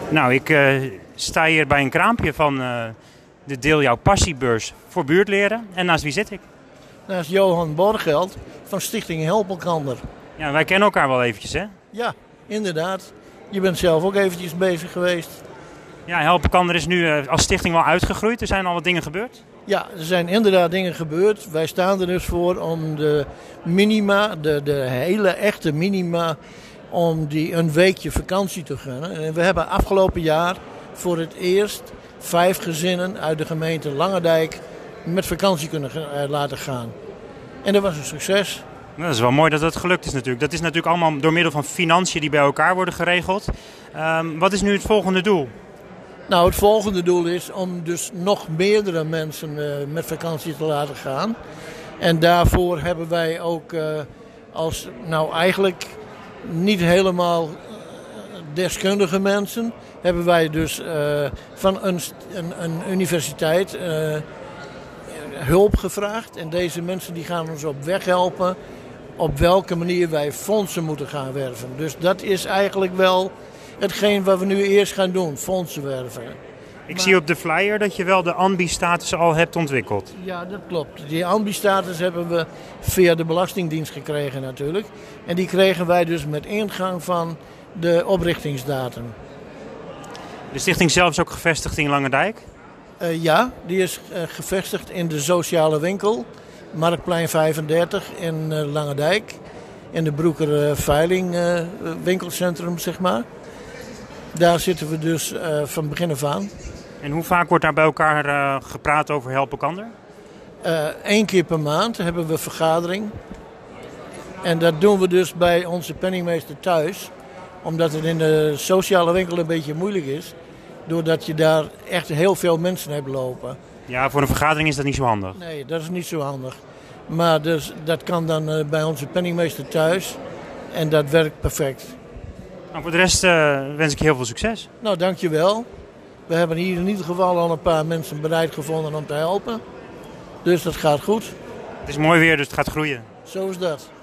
Nou, ik sta hier bij een kraampje van de Deel Jouw Passiebeurs voor buurtleren. En naast wie zit ik? Naast Johan Borgeld van Stichting Help Elkander. Ja, wij kennen elkaar wel eventjes, hè? Ja, inderdaad. Je bent zelf ook eventjes bezig geweest. Ja, Help Elkander is nu als stichting wel uitgegroeid. Er zijn al wat dingen gebeurd. Ja, er zijn inderdaad dingen gebeurd. Wij staan er dus voor om de minima, de hele echte minima, om die een weekje vakantie te gunnen. En we hebben afgelopen jaar voor het eerst 5 gezinnen uit de gemeente Langendijk met vakantie kunnen laten gaan. En dat was een succes. Nou, dat is wel mooi dat dat gelukt is natuurlijk. Dat is natuurlijk allemaal door middel van financiën die bij elkaar worden geregeld. Wat is nu het volgende doel? Nou, het volgende doel is om dus nog meerdere mensen met vakantie te laten gaan. En daarvoor hebben wij ook als, nou eigenlijk niet helemaal deskundige mensen, hebben wij dus van een universiteit hulp gevraagd. En deze mensen die gaan ons op weg helpen op welke manier wij fondsen moeten gaan werven. Dus dat is eigenlijk wel hetgeen wat we nu eerst gaan doen, fondsen werven. Ik zie op de flyer dat je wel de ambi-status al hebt ontwikkeld. Ja, dat klopt. Die ambi-status hebben we via de Belastingdienst gekregen natuurlijk. En die kregen wij dus met ingang van de oprichtingsdatum. De stichting zelf is ook gevestigd in Langendijk? Ja, die is gevestigd in de sociale winkel, Marktplein 35 in Langendijk. In de Broeker Veiling winkelcentrum, zeg maar. Daar zitten we dus van begin af aan. En hoe vaak wordt daar bij elkaar gepraat over Help Elkander? 1 keer per maand hebben we vergadering. En dat doen we dus bij onze penningmeester thuis. Omdat het in de sociale winkel een beetje moeilijk is. Doordat je daar echt heel veel mensen hebt lopen. Ja, voor een vergadering is dat niet zo handig. Nee, dat is niet zo handig. Maar dus, dat kan dan bij onze penningmeester thuis. En dat werkt perfect. Nou, voor de rest wens ik je heel veel succes. Nou, dankjewel. We hebben hier in ieder geval al een paar mensen bereid gevonden om te helpen. Dus dat gaat goed. Het is mooi weer, dus het gaat groeien. Zo is dat.